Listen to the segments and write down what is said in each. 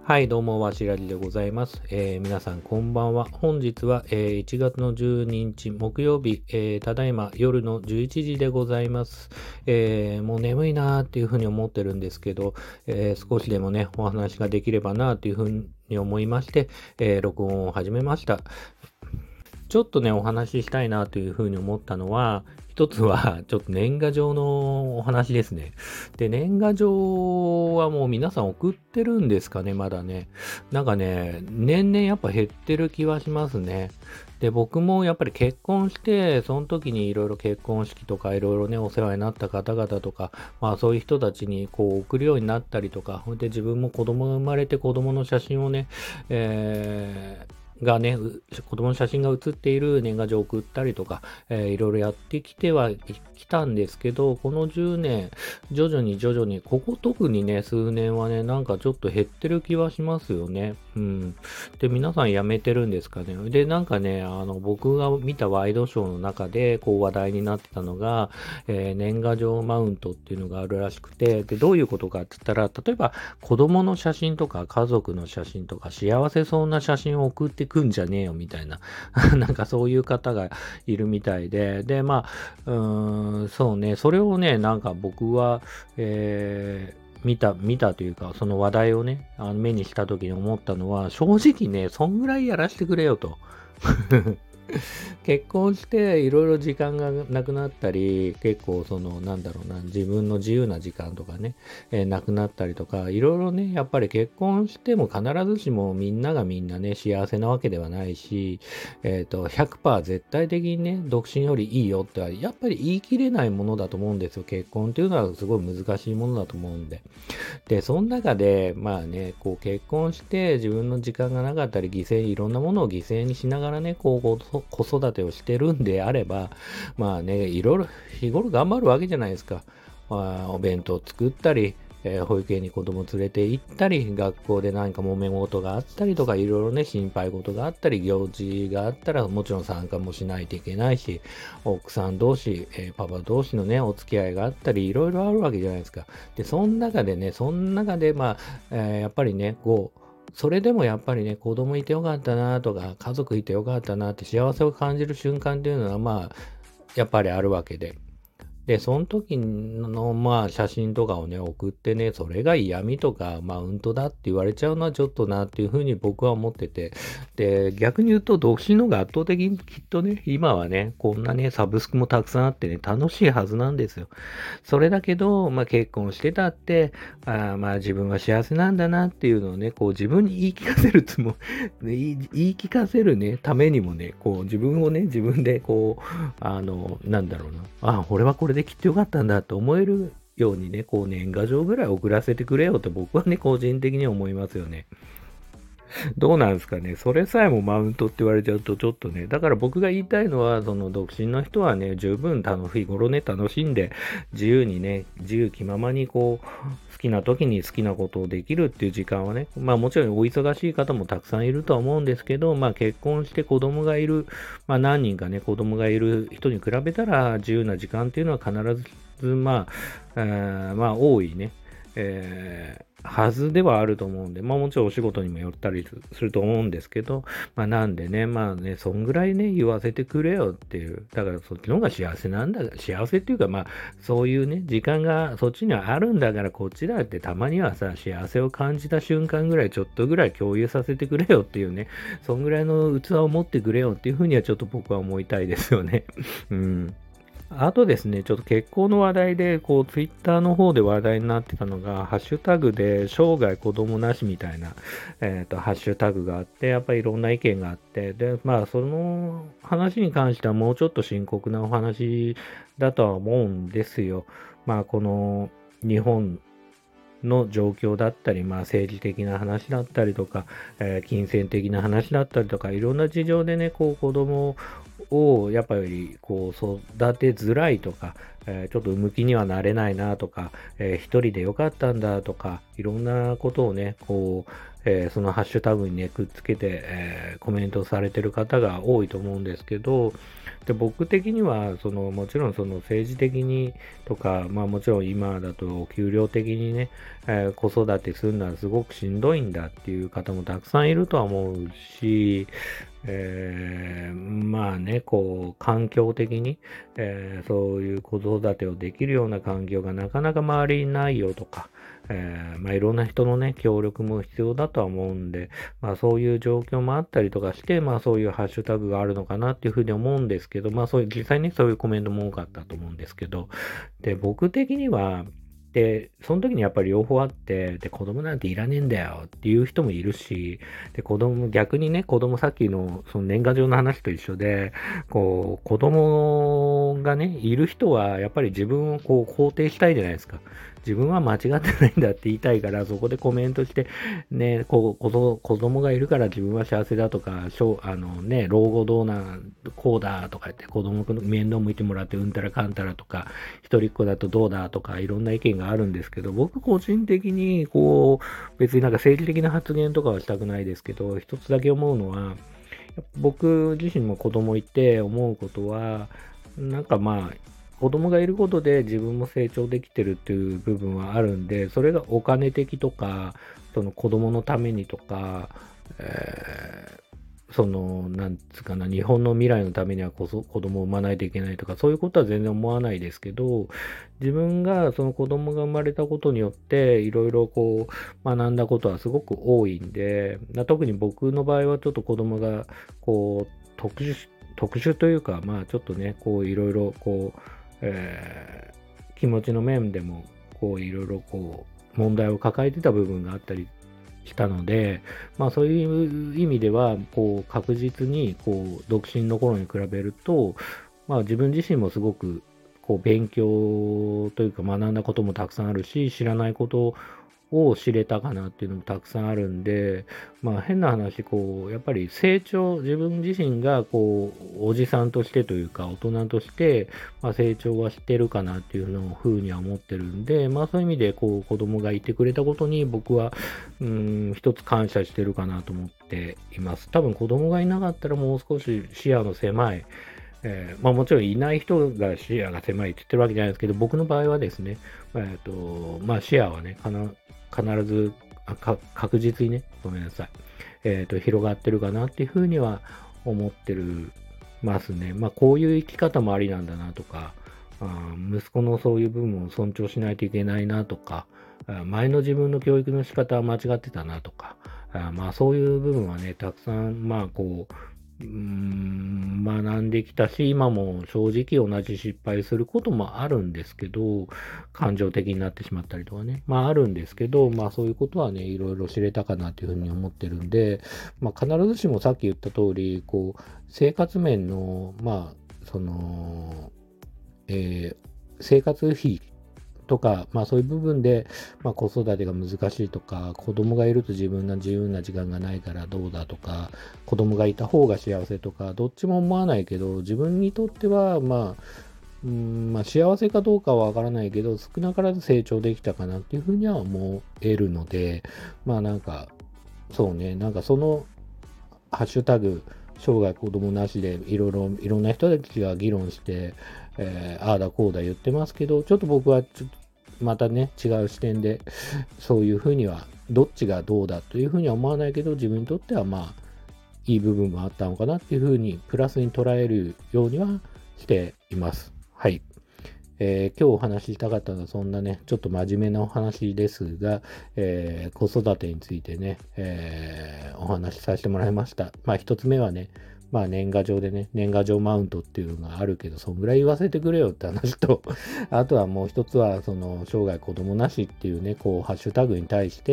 はい、どうも、わしらじでございます。皆さん、こんばんは。本日は、1月の12日木曜日、ただいま夜の11時でございます。もう眠いなーっていうふうに思ってるんですけど、少しでもね、お話ができればなというふうに思いまして、録音を始めました。ちょっとね、お話ししたいなというふうに思ったのは、一つは、ちょっと年賀状のお話ですね。で、年賀状はもう皆さん送ってるんですかね、まだね。なんかね、年々やっぱ減ってる気はしますね。で、僕もやっぱり結婚して、その時にいろいろ結婚式とかいろいろね、お世話になった方々とか、まあそういう人たちにこう送るようになったりとか、ほんで自分も子供が生まれて子供の写真をね、がね、子供の写真が写っている年賀状を送ったりとか、いろいろやってきてはきたんですけど、この10年、徐々に、ここ特にね、数年はね、なんかちょっと減ってる気はしますよね。うん。で、皆さん辞めてるんですかね。で、なんかね、僕が見たワイドショーの中で、こう話題になってたのが、年賀状マウントっていうのがあるらしくて、で、どういうことかって言ったら、例えば子供の写真とか家族の写真とか幸せそうな写真を送ってくんじゃねえよみたいな、なんかそういう方がいるみたいで、で、まあ、そうね、それをね、なんか僕は、見たというか、その話題をね、目にした時に思ったのは、正直ね、そんぐらいやらしてくれよと。結婚していろいろ時間がなくなったり、結構そのなんだろうな、自分の自由な時間とかね、なくなったりとか、いろいろね、やっぱり結婚しても必ずしもみんながみんなね、幸せなわけではないし、100%絶対的にね、独身よりいいよっては、やっぱり言い切れないものだと思うんですよ。結婚っていうのはすごい難しいものだと思うんで。で、その中で、まあね、こう結婚して自分の時間がなかったり、いろんなものを犠牲にしながらね、子育てをしてるんであれば、まあね、いろいろ日頃頑張るわけじゃないですか。まあ、お弁当作ったり、保育園に子供連れて行ったり、学校で何か揉め事があったりとか、いろいろね、心配事があったり、行事があったら、もちろん参加もしないといけないし、奥さん同士、パパ同士のね、お付き合いがあったり、いろいろあるわけじゃないですか。で、その中で、まあ、やっぱりね、それでもやっぱりね、子供いてよかったなとか、家族いてよかったなって幸せを感じる瞬間っていうのは、まあ、やっぱりあるわけで。で、その時の、まあ、写真とかをね、送ってね、それが嫌味とか、マウントだって言われちゃうのはちょっとなっていうふうに僕は思ってて、で、逆に言うと、独身の方が圧倒的にきっとね、今はね、こんなね、サブスクもたくさんあってね、楽しいはずなんですよ。それだけど、まあ、結婚してたって、まあ、自分は幸せなんだなっていうのをね、こう自分に言い聞かせる言い聞かせるね、ためにもね、こう自分をね、自分でこう、なんだろうな、俺はこれできっとよかったんだと思えるようにね、こう年賀状ぐらい送らせてくれよと僕はね、個人的に思いますよね。どうなんですかね。それさえもマウントって言われちゃうとちょっとね。だから僕が言いたいのは、その独身の人はね、十分日頃ね、楽しんで、自由にね、自由気ままにこう、好きな時に好きなことをできるっていう時間はね、まあもちろんお忙しい方もたくさんいるとは思うんですけど、まあ結婚して子供がいる、まあ何人かね、子供がいる人に比べたら自由な時間っていうのは必ず、まあ多いね、はずではあると思うんで、まあもちろんお仕事にもよったりすると思うんですけど、まあなんでね、まあね、そんぐらいね、言わせてくれよっていう。だからそっちの方が幸せなんだ、幸せっていうかまあ、そういうね、時間がそっちにはあるんだから、こっちだってたまにはさ、幸せを感じた瞬間ぐらい、ちょっとぐらい共有させてくれよっていうね、そんぐらいの器を持ってくれよっていうふうにはちょっと僕は思いたいですよね。うん。あとですね、ちょっと結婚の話題で、こう、ツイッターの方で話題になってたのが、ハッシュタグで、生涯子供なしみたいな、ハッシュタグがあって、やっぱりいろんな意見があって、で、まあ、その話に関してはもうちょっと深刻なお話だとは思うんですよ。まあ、この、日本の状況だったり、まあ政治的な話だったりとか、金銭的な話だったりとか、いろんな事情でね、こう子供をやっぱりこう育てづらいとか、 ちょっと向きにはなれないなとか、一人でよかったんだとか、いろんなことをね、そのハッシュタグにね、くっつけて、コメントされてる方が多いと思うんですけど、で、僕的には、もちろん政治的にとか、もちろん今だと給料的にね、子育てするのはすごくしんどいんだっていう方もたくさんいるとは思うし、まあね、環境的に、そういう子育てをできるような環境がなかなか周りにないよとか、いろんな人のね、協力も必要だとは思うんで、そういう状況もあったりとかして、そういうハッシュタグがあるのかなっていうふうに思うんですけど、実際にそういうコメントも多かったと思うんですけど、で、僕的には、で、その時にやっぱり両方あって、で、子供なんていらねえんだよっていう人もいるし、で、逆にね、子供さっきのその年賀状の話と一緒で、子供がね、いる人はやっぱり自分を肯定したいじゃないですか。自分は間違ってないんだって言いたいから、そこでコメントして、ね、子供がいるから自分は幸せだとか、老後どうな、こうだとか言って、子供の面倒見てもらってうんたらかんたらとか、一人っ子だとどうだとか、いろんな意見があるんですけど、僕個人的に、別になんか政治的な発言とかはしたくないですけど、一つだけ思うのは、僕自身も子供いて思うことは、なんか子供がいることで自分も成長できてるっていう部分はあるんで、それがお金的とか、その子供のためにとか、なんつうかな、日本の未来のためには子供を産まないといけないとか、そういうことは全然思わないですけど、自分がその子供が生まれたことによって、いろいろ学んだことはすごく多いんで、特に僕の場合はちょっと子供が、こう、特殊というか、ちょっとね、いろいろ、気持ちの面でも、いろいろ問題を抱えてた部分があったりしたので、そういう意味では、確実に、独身の頃に比べると、自分自身もすごく、勉強というか学んだこともたくさんあるし、知らないことを知れたかなっていうのもたくさんあるんで、変な話、やっぱり自分自身が、おじさんとしてというか、大人として、成長はしてるかなっていうのをふうには思ってるんで、そういう意味で、子供がいてくれたことに僕は、一つ感謝してるかなと思っています。多分子供がいなかったらもう少し視野の狭い、もちろんいない人が視野が狭いって言ってるわけじゃないですけど、僕の場合はですね、視野はね、必ず、確実にね、ごめんなさい。広がってるかなっていうふうには思ってますね。こういう生き方もありなんだなとか、息子のそういう部分を尊重しないといけないなとか、前の自分の教育の仕方は間違ってたなとか、そういう部分はね、たくさん、学んできたし、今も正直同じ失敗することもあるんですけど、感情的になってしまったりとかね。あるんですけど、そういうことはね、いろいろ知れたかなというふうに思ってるんで、必ずしもさっき言った通り、生活面の、その、えー生活費とか、そういう部分で、子育てが難しいとか、子供がいると自分の自由な時間がないからどうだとか、子供がいた方が幸せとか、どっちも思わないけど、自分にとっては、幸せかどうかはわからないけど、少なからず成長できたかなっていうふうには思えるので、そうね、そのハッシュタグ、生涯子供なしでいろんな人たちが議論して、ああだこうだ言ってますけど、ちょっと僕はまたね、違う視点で、そういうふうには、どっちがどうだというふうには思わないけど、自分にとってはいい部分もあったのかなっていうふうに、プラスに捉えるようにはしています。はい。今日お話ししたかったのはそんなね、ちょっと真面目なお話ですが、子育てについてね、お話しさせてもらいました。一つ目はね、年賀状でね、年賀状マウントっていうのがあるけど、そんぐらい言わせてくれよって話と、あとはもう一つは、生涯子供なしっていうね、ハッシュタグに対して、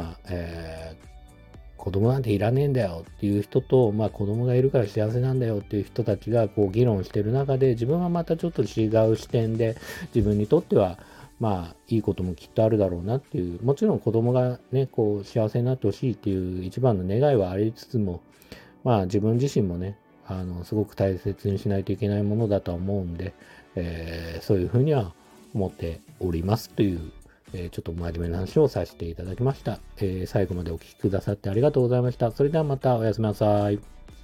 子供なんていらねえんだよっていう人と、子供がいるから幸せなんだよっていう人たちが議論してる中で、自分はまたちょっと違う視点で、自分にとっては、いいこともきっとあるだろうなっていう、もちろん子供がね、幸せになってほしいっていう一番の願いはありつつも、自分自身もね、すごく大切にしないといけないものだとは思うんで、 そういうふうには思っておりますという、ちょっと真面目な話をさせていただきました。最後までお聞きくださってありがとうございました。それではまたおやすみなさい。